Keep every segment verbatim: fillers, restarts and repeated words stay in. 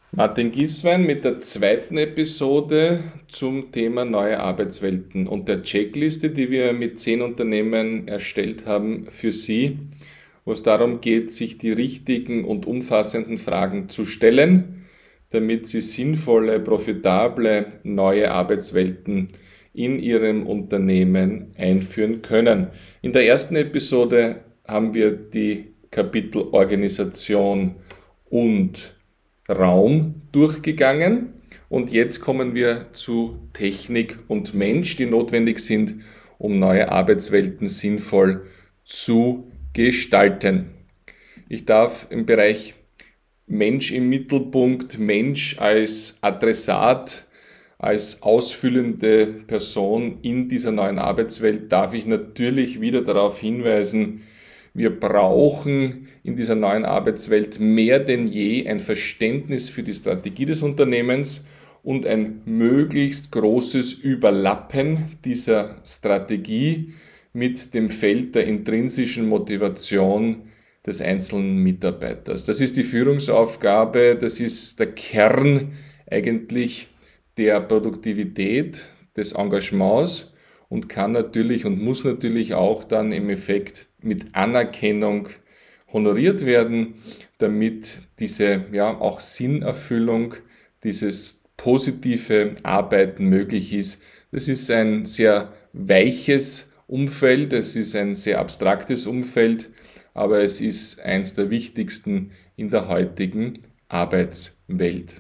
Martin Gieswein mit der zweiten Episode zum Thema neue Arbeitswelten und der Checkliste, die wir mit zehn Unternehmen erstellt haben für Sie, wo es darum geht, sich die richtigen und umfassenden Fragen zu stellen, damit Sie sinnvolle, profitable neue Arbeitswelten in Ihrem Unternehmen einführen können. In der ersten Episode haben wir die Kapitel Organisation und Raum durchgegangen und jetzt kommen wir zu Technik und Mensch, die notwendig sind, um neue Arbeitswelten sinnvoll zu gestalten. Ich darf im Bereich Mensch im Mittelpunkt, Mensch als Adressat, als ausfüllende Person in dieser neuen Arbeitswelt, darf ich natürlich wieder darauf hinweisen, wir brauchen in dieser neuen Arbeitswelt mehr denn je ein Verständnis für die Strategie des Unternehmens und ein möglichst großes Überlappen dieser Strategie mit dem Feld der intrinsischen Motivation des einzelnen Mitarbeiters. Das ist die Führungsaufgabe, das ist der Kern eigentlich der Produktivität, des Engagements und kann natürlich und muss natürlich auch dann im Effekt mit Anerkennung honoriert werden, damit diese ja auch Sinnerfüllung, dieses positive Arbeiten möglich ist. Das ist ein sehr weiches Umfeld, es ist ein sehr abstraktes Umfeld, aber es ist eins der wichtigsten in der heutigen Arbeitswelt.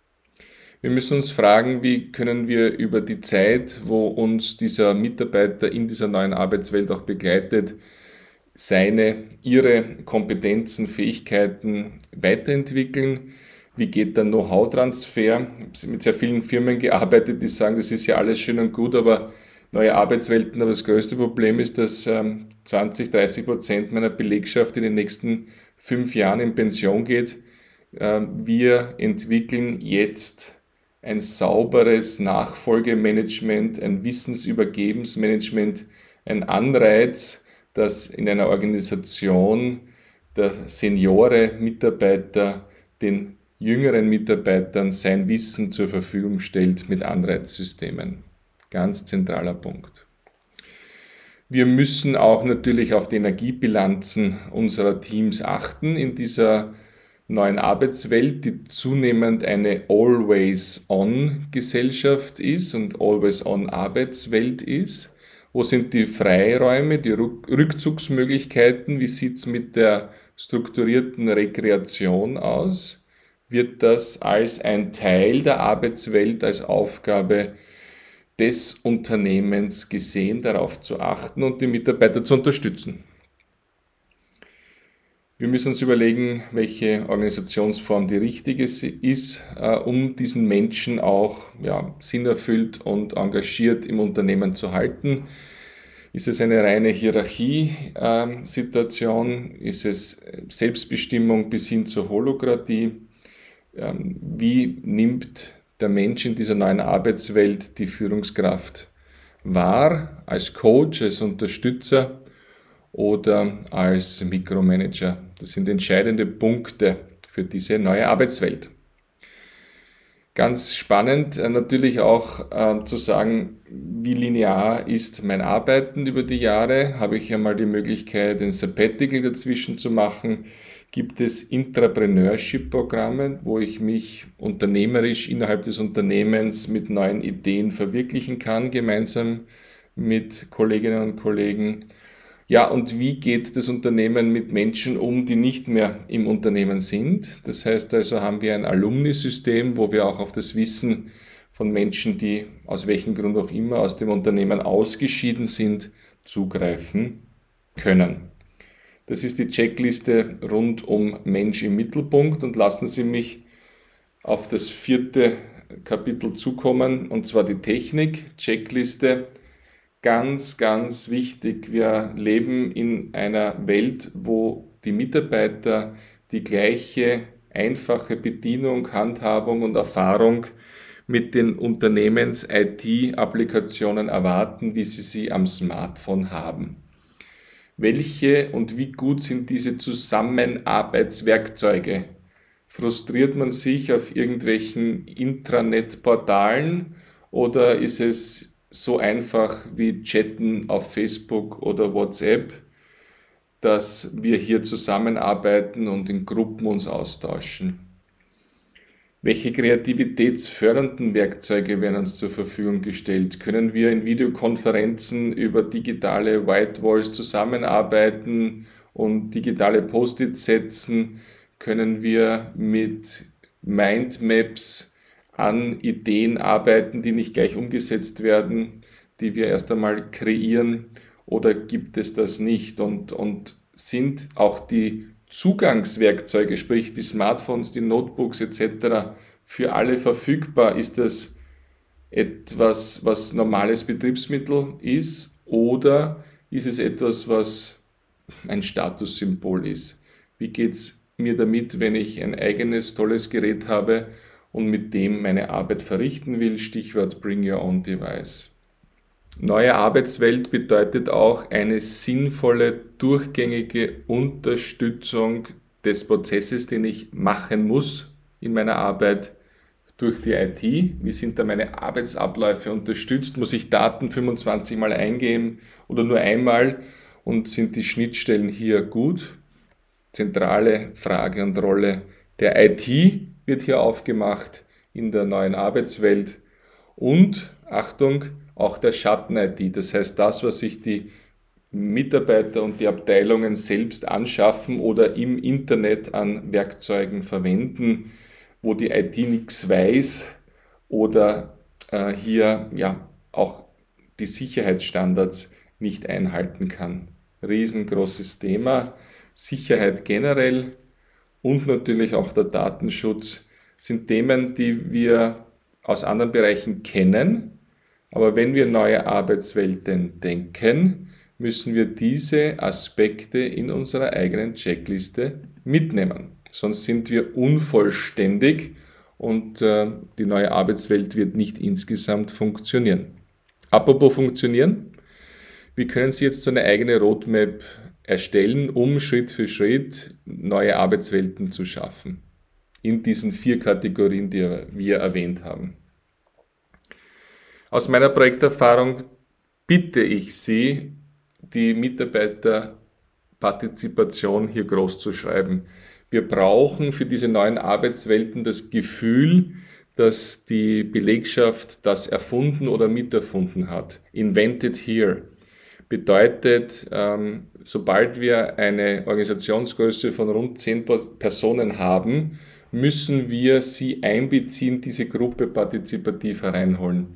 Wir müssen uns fragen, wie können wir über die Zeit, wo uns dieser Mitarbeiter in dieser neuen Arbeitswelt auch begleitet, seine, ihre Kompetenzen, Fähigkeiten weiterentwickeln. Wie geht der Know-how-Transfer? Ich habe mit sehr vielen Firmen gearbeitet, die sagen, das ist ja alles schön und gut, aber neue Arbeitswelten, aber das größte Problem ist, dass zwanzig, dreißig Prozent meiner Belegschaft in den nächsten fünf Jahren in Pension geht. Wir entwickeln jetzt ein sauberes Nachfolgemanagement, ein Wissensübergebensmanagement, ein Anreiz, dass in einer Organisation der Seniore Mitarbeiter den jüngeren Mitarbeitern sein Wissen zur Verfügung stellt mit Anreizsystemen. Ganz zentraler Punkt. Wir müssen auch natürlich auf die Energiebilanzen unserer Teams achten in dieser neuen Arbeitswelt, die zunehmend eine Always-on-Gesellschaft ist und Always-on-Arbeitswelt ist. Wo sind die Freiräume, die Rückzugsmöglichkeiten? Wie sieht es mit der strukturierten Rekreation aus? Wird das als ein Teil der Arbeitswelt, als Aufgabe des Unternehmens gesehen, darauf zu achten und die Mitarbeiter zu unterstützen? Wir müssen uns überlegen, welche Organisationsform die richtige ist, um diesen Menschen auch ja, sinnerfüllt und engagiert im Unternehmen zu halten. Ist es eine reine Hierarchiesituation? Ist es Selbstbestimmung bis hin zur Holokratie? Wie nimmt der Mensch in dieser neuen Arbeitswelt die Führungskraft wahr? Als Coach, als Unterstützer oder als Mikromanager? Das sind entscheidende Punkte für diese neue Arbeitswelt. Ganz spannend natürlich auch äh, zu sagen, wie linear ist mein Arbeiten über die Jahre? Habe ich einmal die Möglichkeit, ein Sabbatical dazwischen zu machen? Gibt es Intrapreneurship-Programme, wo ich mich unternehmerisch innerhalb des Unternehmens mit neuen Ideen verwirklichen kann, gemeinsam mit Kolleginnen und Kollegen? Ja, und wie geht das Unternehmen mit Menschen um, die nicht mehr im Unternehmen sind? Das heißt also, haben wir ein Alumni-System, wo wir auch auf das Wissen von Menschen, die aus welchem Grund auch immer aus dem Unternehmen ausgeschieden sind, zugreifen können. Das ist die Checkliste rund um Mensch im Mittelpunkt und lassen Sie mich auf das vierte Kapitel zukommen, und zwar die Technik, Checkliste. Ganz, ganz wichtig, wir leben in einer Welt, wo die Mitarbeiter die gleiche einfache Bedienung, Handhabung und Erfahrung mit den Unternehmens-I T-Applikationen erwarten, wie sie sie am Smartphone haben. Welche und wie gut sind diese Zusammenarbeitswerkzeuge? Frustriert man sich auf irgendwelchen Intranet-Portalen oder ist es so einfach wie Chatten auf Facebook oder WhatsApp, dass wir hier zusammenarbeiten und in Gruppen uns austauschen? Welche kreativitätsfördernden Werkzeuge werden uns zur Verfügung gestellt? Können wir in Videokonferenzen über digitale Whitewalls zusammenarbeiten und digitale Post-its setzen? Können wir mit Mindmaps an Ideen arbeiten, die nicht gleich umgesetzt werden, die wir erst einmal kreieren, oder gibt es das nicht? Und, und sind auch die Zugangswerkzeuge, sprich die Smartphones, die Notebooks et cetera, für alle verfügbar? Ist das etwas, was normales Betriebsmittel ist, oder ist es etwas, was ein Statussymbol ist? Wie geht es mir damit, wenn ich ein eigenes tolles Gerät habe und mit dem meine Arbeit verrichten will? Stichwort Bring Your Own Device. Neue Arbeitswelt bedeutet auch eine sinnvolle, durchgängige Unterstützung des Prozesses, den ich machen muss in meiner Arbeit durch die I T. Wie sind da meine Arbeitsabläufe unterstützt? Muss ich Daten fünfundzwanzig Mal eingeben oder nur einmal? Und sind die Schnittstellen hier gut? Zentrale Frage und Rolle der I T wird hier aufgemacht in der neuen Arbeitswelt. Und, Achtung, auch der Schatten-I T, das heißt das, was sich die Mitarbeiter und die Abteilungen selbst anschaffen oder im Internet an Werkzeugen verwenden, wo die I T nichts weiß oder äh, hier ja auch die Sicherheitsstandards nicht einhalten kann. Riesengroßes Thema. Sicherheit generell und natürlich auch der Datenschutz sind Themen, die wir aus anderen Bereichen kennen. Aber wenn wir neue Arbeitswelten denken, müssen wir diese Aspekte in unserer eigenen Checkliste mitnehmen. Sonst sind wir unvollständig und äh, die neue Arbeitswelt wird nicht insgesamt funktionieren. Apropos funktionieren, wie können Sie jetzt so eine eigene Roadmap erstellen, um Schritt für Schritt neue Arbeitswelten zu schaffen? In diesen vier Kategorien, die wir erwähnt haben. Aus meiner Projekterfahrung bitte ich Sie, die Mitarbeiterpartizipation hier groß zu schreiben. Wir brauchen für diese neuen Arbeitswelten das Gefühl, dass die Belegschaft das erfunden oder miterfunden hat. Invented here bedeutet, ähm, sobald wir eine Organisationsgröße von rund zehn Personen haben, müssen wir sie einbeziehen, diese Gruppe partizipativ hereinholen.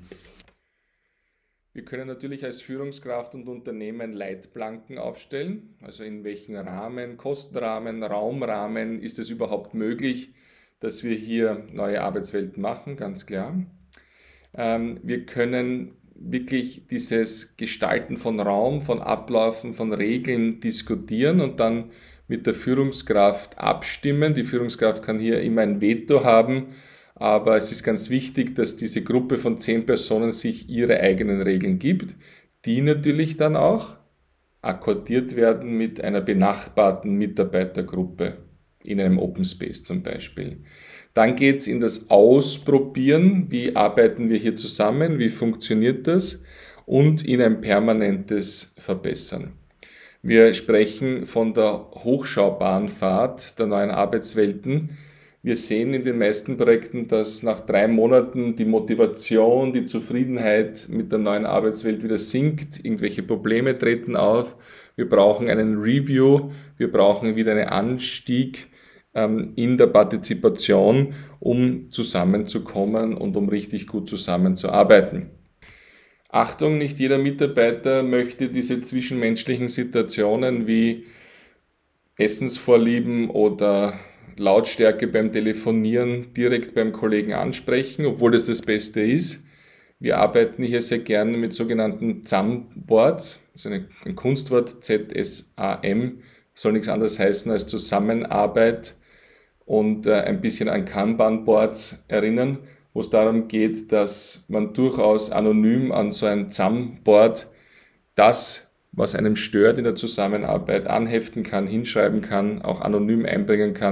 Wir können natürlich als Führungskraft und Unternehmen Leitplanken aufstellen, also in welchem Rahmen, Kostenrahmen, Raumrahmen ist es überhaupt möglich, dass wir hier neue Arbeitswelten machen, ganz klar. Ähm, wir können wirklich dieses Gestalten von Raum, von Abläufen, von Regeln diskutieren und dann mit der Führungskraft abstimmen. Die Führungskraft kann hier immer ein Veto haben, aber es ist ganz wichtig, dass diese Gruppe von zehn Personen sich ihre eigenen Regeln gibt, die natürlich dann auch akkordiert werden mit einer benachbarten Mitarbeitergruppe in einem Open Space zum Beispiel. Dann geht es in das Ausprobieren, wie arbeiten wir hier zusammen, wie funktioniert das, und in ein permanentes Verbessern. Wir sprechen von der Hochschaubahnfahrt der neuen Arbeitswelten. Wir sehen in den meisten Projekten, dass nach drei Monaten die Motivation, die Zufriedenheit mit der neuen Arbeitswelt wieder sinkt, irgendwelche Probleme treten auf. Wir brauchen einen Review, wir brauchen wieder einen Anstieg ähm, in der Partizipation, um zusammenzukommen und um richtig gut zusammenzuarbeiten. Achtung, nicht jeder Mitarbeiter möchte diese zwischenmenschlichen Situationen wie Essensvorlieben oder Lautstärke beim Telefonieren direkt beim Kollegen ansprechen, obwohl das das Beste ist. Wir arbeiten hier sehr gerne mit sogenannten Z A M-Boards, das ist ein Kunstwort, Z S A M, soll nichts anderes heißen als Zusammenarbeit und ein bisschen an Kanban-Boards erinnern, wo es darum geht, dass man durchaus anonym an so ein Z A M-Board das, was einem stört in der Zusammenarbeit, anheften kann, hinschreiben kann, auch anonym einbringen kann,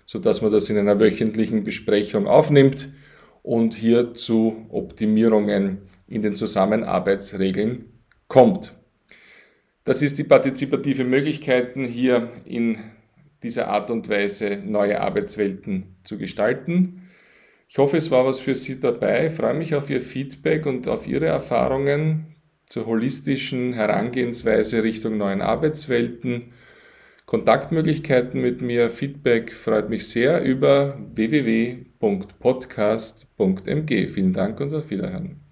sodass man das in einer wöchentlichen Besprechung aufnimmt und hier zu Optimierungen in den Zusammenarbeitsregeln kommt. Das ist die partizipative Möglichkeit, hier in dieser Art und Weise neue Arbeitswelten zu gestalten. Ich hoffe, es war was für Sie dabei. Ich freue mich auf Ihr Feedback und auf Ihre Erfahrungen zur holistischen Herangehensweise Richtung neuen Arbeitswelten. Kontaktmöglichkeiten mit mir, Feedback freut mich sehr über w w w punkt podcast punkt m g. Vielen Dank und auf Wiederhören.